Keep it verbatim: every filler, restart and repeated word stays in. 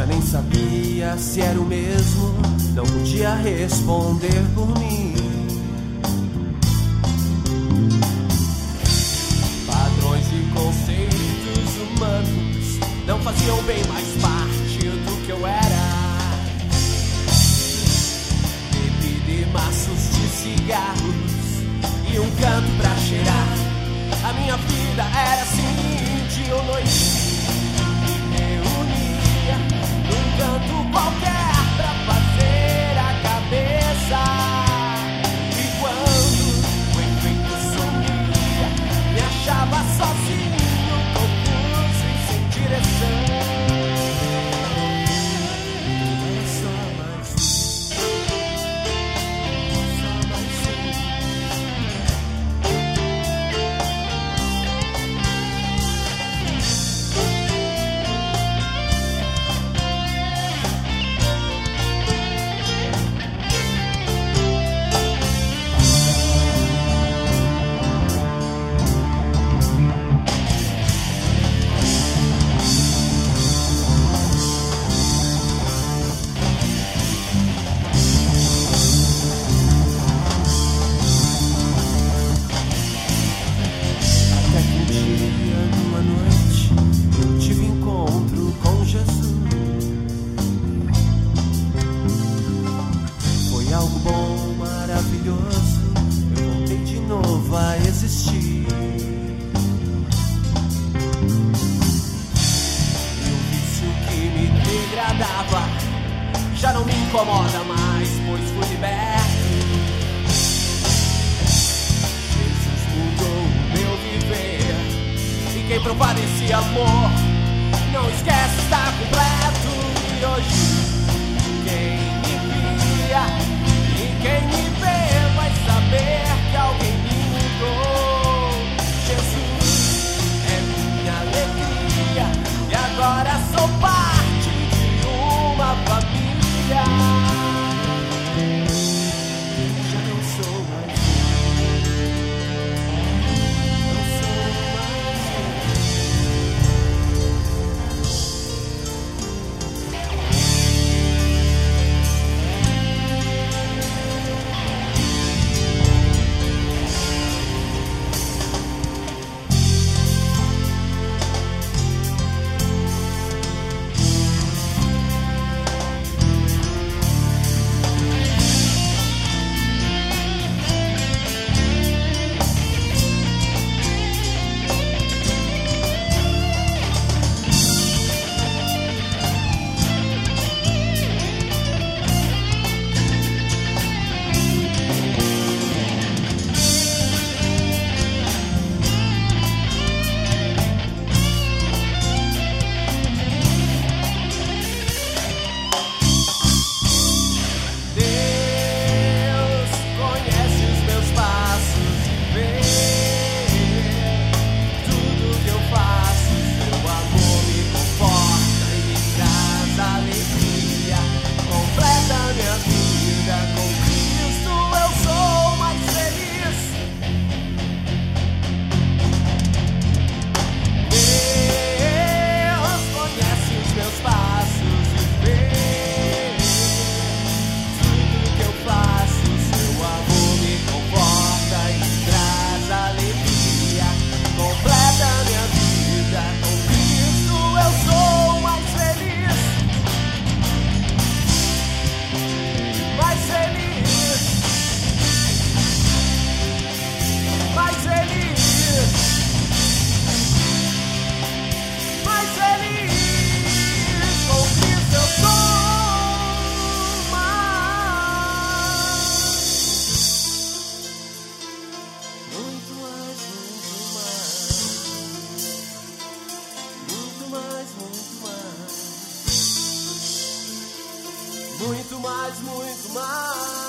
Já nem sabia se era o mesmo, não podia responder por mim. Padrões e conceitos humanos não faziam bem mais parte do que eu era. Bebida e maços de cigarros e um canto pra cheirar. A minha vida era assim, dia ou noite. Num canto qualquer pra fazer a cabeça. E quando o efeito sumia, me achava sozinho, confuso e sem direção. É só mais um, só mais já não me incomoda mais, pois fui liberto. Jesus mudou o meu viver, e quem provar esse amor não esquece, está completo. E hoje quem me via e quem me vê vai saber que alguém me mudou. Jesus é minha alegria e agora sou parte de uma família. Já não sou mais não sou mais muito mais, muito mais.